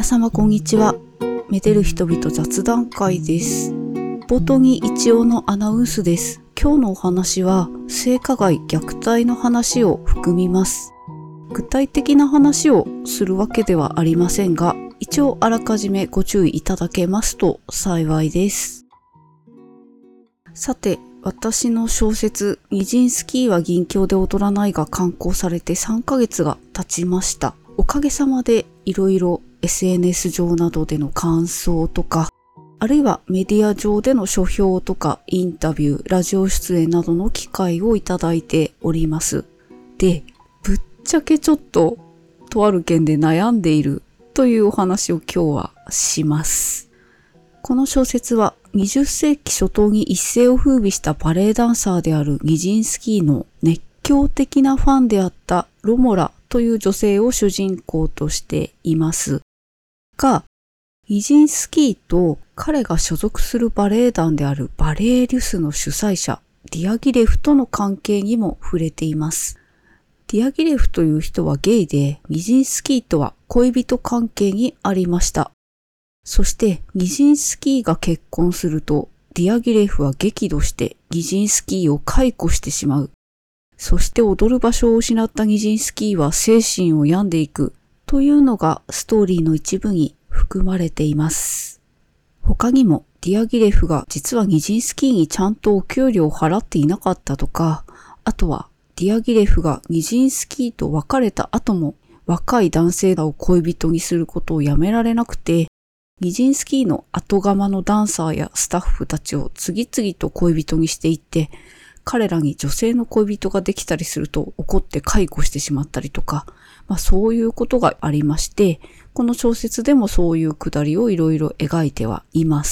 様こんにちは。めでる人々雑談会です。冒頭に一応のアナウンスです。今日のお話は性加害虐待の話を含みます。具体的な話をするわけではありませんが、一応あらかじめご注意いただけますと幸いです。さて、私の小説ニジンスキーは銀鏡で踊らないが刊行されて3ヶ月が経ちました。おかげさまでいろいろ SNS 上などでの感想とか、あるいはメディア上での書評とかインタビュー、ラジオ出演などの機会をいただいております。で、ぶっちゃけちょっととある件で悩んでいるというお話を今日はします。この小説は20世紀初頭に一世を風靡したバレエダンサーであるニジンスキーの熱狂的なファンであったロモラという女性を主人公としていますが、ニジンスキーと彼が所属するバレエ団であるバレエリュスの主催者ディアギレフとの関係にも触れています。ディアギレフという人はゲイで、ニジンスキーとは恋人関係にありました。そしてニジンスキーが結婚するとディアギレフは激怒してニジンスキーを解雇してしまう。そして踊る場所を失ったニジンスキーは精神を病んでいくというのがストーリーの一部に含まれています。他にもディアギレフが実はニジンスキーにちゃんとお給料を払っていなかったとか、あとはディアギレフがニジンスキーと別れた後も若い男性を恋人にすることをやめられなくて、ニジンスキーの後釜のダンサーやスタッフたちを次々と恋人にしていって、彼らに女性の恋人ができたりすると怒って解雇してしまったりとか、そういうことがありまして、この小説でもそういうくだりをいろいろ描いてはいます。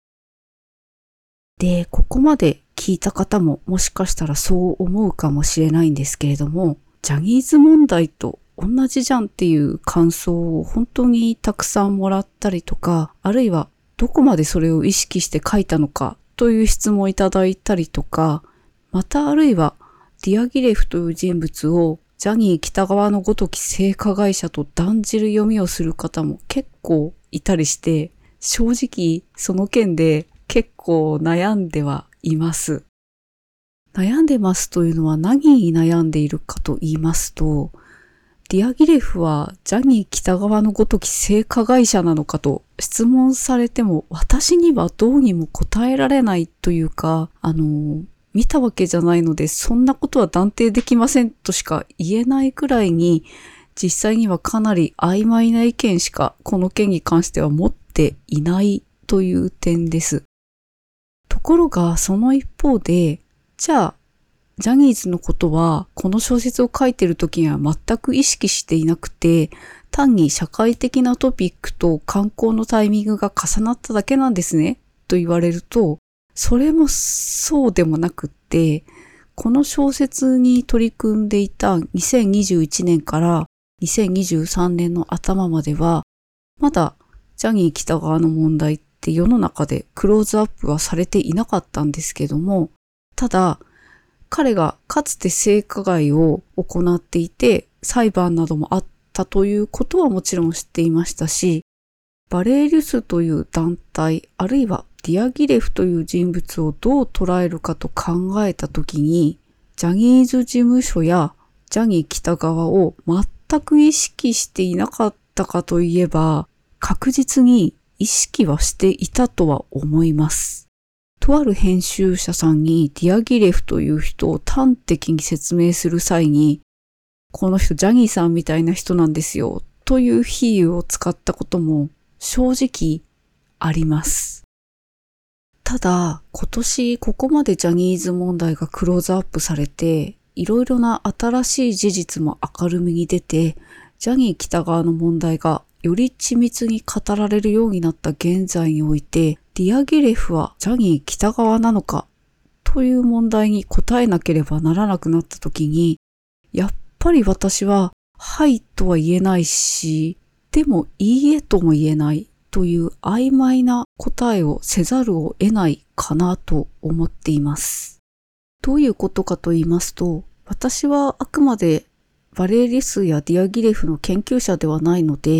で、ここまで聞いた方ももしかしたらそう思うかもしれないんですけれども、ジャニーズ問題と同じじゃんっていう感想を本当にたくさんもらったりとか、あるいはどこまでそれを意識して書いたのかという質問をいただいたりとか、またあるいはディアギレフという人物をジャニー喜多川のごとき性加害者と断じる読みをする方も結構いたりして、正直その件で結構悩んではいます。悩んでますというのは何に悩んでいるかと言いますと、ディアギレフはジャニー喜多川のごとき性加害者なのかと質問されても私にはどうにも答えられないというか、見たわけじゃないのでそんなことは断定できませんとしか言えないくらいに、実際にはかなり曖昧な意見しかこの件に関しては持っていないという点です。ところがその一方で、じゃあジャニーズのことはこの小説を書いている時には全く意識していなくて、単に社会的なトピックと刊行のタイミングが重なっただけなんですねと言われると、それもそうでもなくって、この小説に取り組んでいた2021年から2023年の頭までは、まだジャニー喜多川の問題って世の中でクローズアップはされていなかったんですけども、ただ彼がかつて性加害を行っていて裁判などもあったということはもちろん知っていましたし、バレエリュスという団体、あるいはディアギレフという人物をどう捉えるかと考えたときに、ジャニーズ事務所やジャニー喜多川を全く意識していなかったかといえば、確実に意識はしていたとは思います。とある編集者さんにディアギレフという人を端的に説明する際に、この人ジャニーさんみたいな人なんですよという比喩を使ったことも正直あります。ただ今年ここまでジャニーズ問題がクローズアップされて、いろいろな新しい事実も明るみに出て、ジャニー喜多川の問題がより緻密に語られるようになった現在において、ディアギレフはジャニー喜多川なのかという問題に答えなければならなくなった時に、やっぱり私ははいとは言えないし、でもいいえとも言えないという曖昧な答えをせざるを得ないかなと思っています。どういうことかと言いますと、私はあくまでバレエリスやディアギレフの研究者ではないので、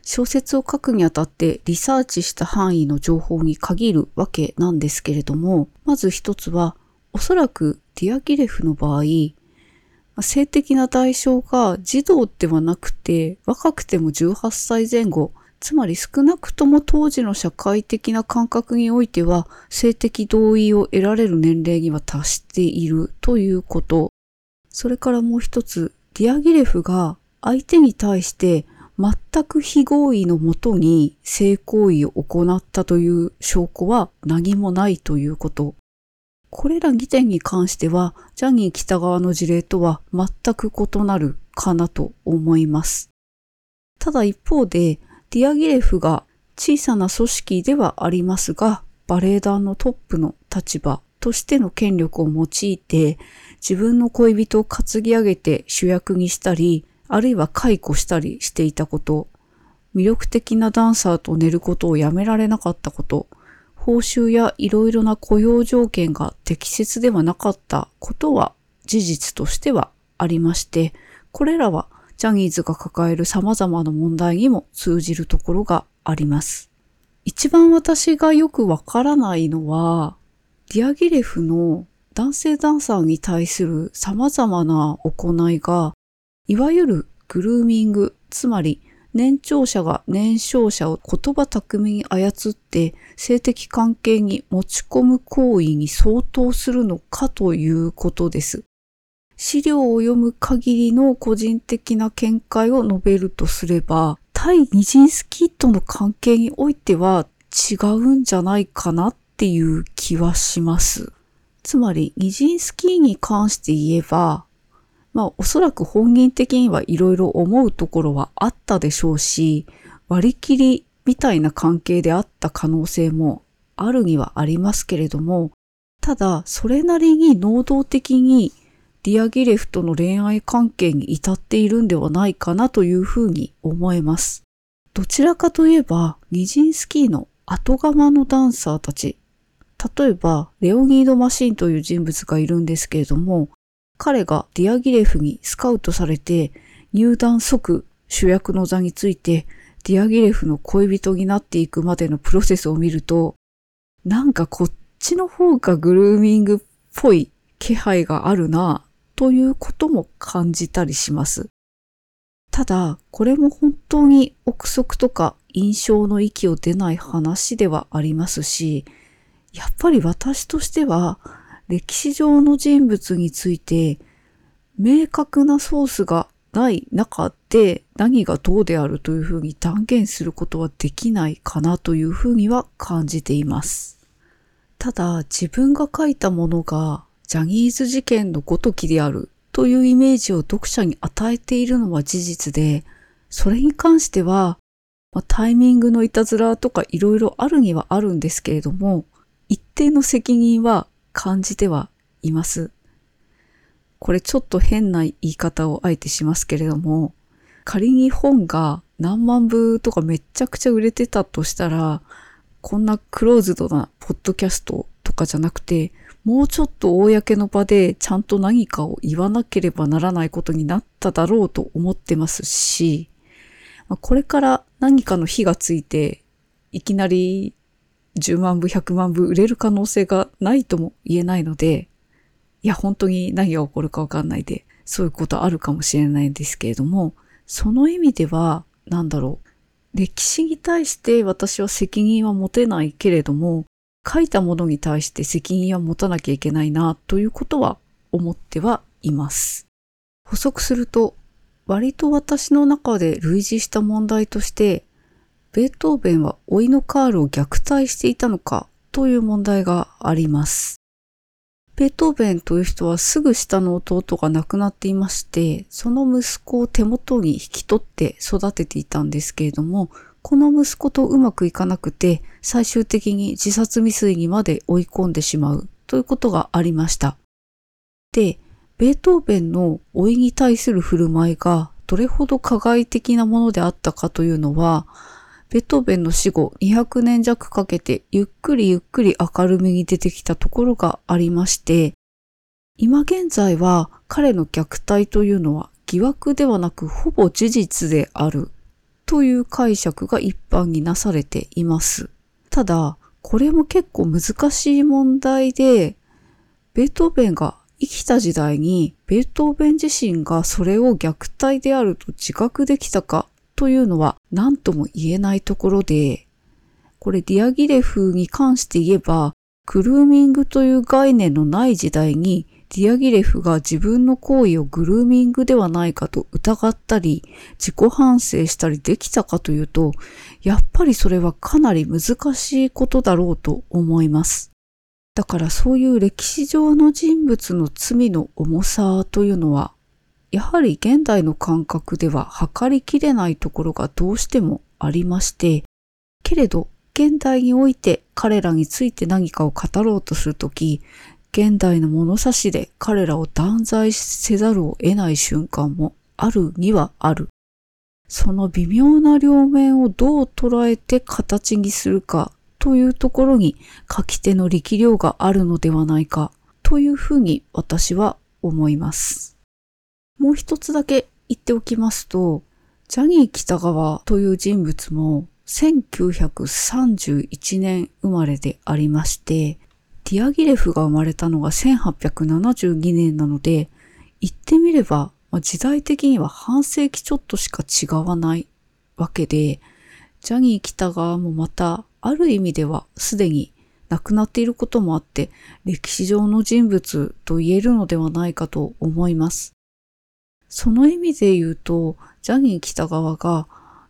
小説を書くにあたってリサーチした範囲の情報に限るわけなんですけれども、まず一つは、おそらくディアギレフの場合、性的な対象が児童ではなくて若くても18歳前後、つまり少なくとも当時の社会的な感覚においては性的同意を得られる年齢には達しているということ。それからもう一つ、ディアギレフが相手に対して全く非合意のもとに性行為を行ったという証拠は何もないということ。これら2点に関しては、ジャニー喜多川の事例とは全く異なるかなと思います。ただ一方で、ディアギレフが小さな組織ではありますが、バレエ団のトップの立場としての権力を用いて、自分の恋人を担ぎ上げて主役にしたり、あるいは解雇したりしていたこと、魅力的なダンサーと寝ることをやめられなかったこと、報酬やいろいろな雇用条件が適切ではなかったことは事実としてはありまして、これらはジャニーズが抱える様々な問題にも通じるところがあります。一番私がよくわからないのは、ディアギレフの男性ダンサーに対する様々な行いが、いわゆるグルーミング、つまり年長者が年少者を言葉巧みに操って性的関係に持ち込む行為に相当するのかということです。資料を読む限りの個人的な見解を述べるとすれば、対ニジンスキーとの関係においては違うんじゃないかなっていう気はします。つまりニジンスキーに関して言えば、おそらく本人的にはいろいろ思うところはあったでしょうし、割り切りみたいな関係であった可能性もあるにはありますけれども、ただそれなりに能動的にディアギレフとの恋愛関係に至っているんではないかなというふうに思えます。どちらかといえば、ニジンスキーの後釜のダンサーたち、例えばレオニード・マシンという人物がいるんですけれども、彼がディアギレフにスカウトされて入団即主役の座についてディアギレフの恋人になっていくまでのプロセスを見ると、なんかこっちの方がグルーミングっぽい気配があるなということも感じたりします。ただこれも本当に憶測とか印象の域を出ない話ではありますし、やっぱり私としては歴史上の人物について明確なソースがない中で何がどうであるというふうに断言することはできないかなというふうには感じています。ただ自分が書いたものがジャニーズ事件のごときであるというイメージを読者に与えているのは事実で、それに関しては、タイミングのいたずらとかいろいろあるにはあるんですけれども、一定の責任は感じてはいます。これちょっと変な言い方をあえてしますけれども、仮に本が何万部とかめっちゃくちゃ売れてたとしたら、こんなクローズドなポッドキャストとかじゃなくて、もうちょっと公の場でちゃんと何かを言わなければならないことになっただろうと思ってますし、これから何かの火がついて、いきなり10万部、100万部売れる可能性がないとも言えないので、いや本当に何が起こるかわかんないで、そういうことあるかもしれないんですけれども、その意味では、歴史に対して私は責任は持てないけれども、書いたものに対して責任は持たなきゃいけないなということは思ってはいます。補足すると、割と私の中で類似した問題として、ベートーベンは甥いのカールを虐待していたのかという問題があります。ベートーベンという人はすぐ下の弟が亡くなっていまして、その息子を手元に引き取って育てていたんですけれども、この息子とうまくいかなくて、最終的に自殺未遂にまで追い込んでしまうということがありました。で、ベートーベンの老いに対する振る舞いがどれほど加害的なものであったかというのは、ベートーベンの死後200年弱かけてゆっくり明るみに出てきたところがありまして、今現在は彼の虐待というのは疑惑ではなくほぼ事実であるという解釈が一般になされています。ただ、これも結構難しい問題で、ベートーベンが生きた時代にベートーベン自身がそれを虐待であると自覚できたかというのは何とも言えないところで、これディアギレフに関して言えば、グルーミングという概念のない時代にディアギレフが自分の行為をグルーミングではないかと疑ったり、自己反省したりできたかというと、やっぱりそれはかなり難しいことだろうと思います。だからそういう歴史上の人物の罪の重さというのは、やはり現代の感覚では測りきれないところがどうしてもありまして、けれど現代において彼らについて何かを語ろうとするとき、現代の物差しで彼らを断罪せざるを得ない瞬間もあるにはある。その微妙な両面をどう捉えて形にするかというところに書き手の力量があるのではないかというふうに私は思います。もう一つだけ言っておきますと、ジャニー喜多川という人物も1931年生まれでありまして、ディアギレフが生まれたのが1872年なので、言ってみれば時代的には半世紀ちょっとしか違わないわけで、ジャニー喜多川もまたある意味ではすでに亡くなっていることもあって、歴史上の人物と言えるのではないかと思います。その意味で言うと、ジャニー喜多川が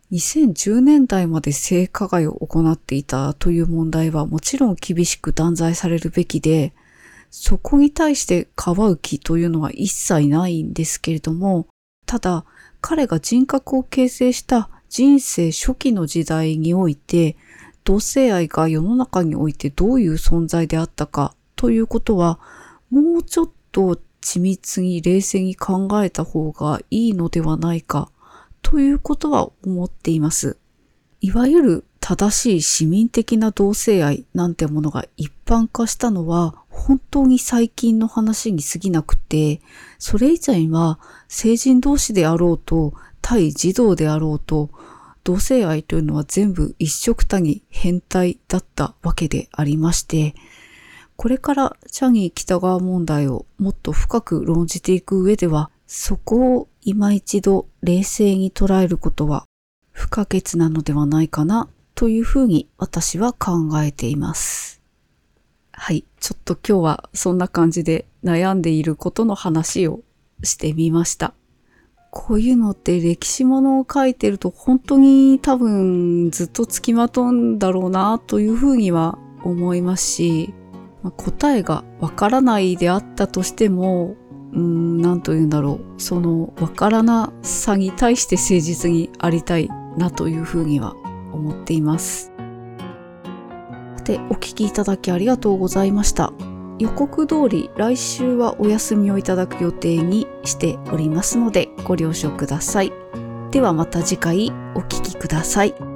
2010年代まで性加害を行っていたという問題はもちろん厳しく断罪されるべきで、そこに対してかばう気というのは一切ないんですけれども、ただ彼が人格を形成した人生初期の時代において、同性愛が世の中においてどういう存在であったかということは、もうちょっと緻密に冷静に考えた方がいいのではないかということは思っています。いわゆる正しい市民的な同性愛なんてものが一般化したのは本当に最近の話に過ぎなくて、それ以前は成人同士であろうと対児童であろうと同性愛というのは全部一緒くたに変態だったわけでありまして、これからジャニー喜多川問題をもっと深く論じていく上では、そこを今一度冷静に捉えることは不可欠なのではないかなというふうに私は考えています。はい、ちょっと今日はそんな感じで悩んでいることの話をしてみました。こういうのって歴史ものを書いてると本当に多分ずっとつきまとうんだろうなというふうには思いますし、答えがわからないであったとしても、なんというんだろう、そのわからなさに対して誠実にありたいなというふうには思っています。さて、お聞きいただきありがとうございました。予告通り来週はお休みをいただく予定にしておりますのでご了承ください。ではまた次回お聞きください。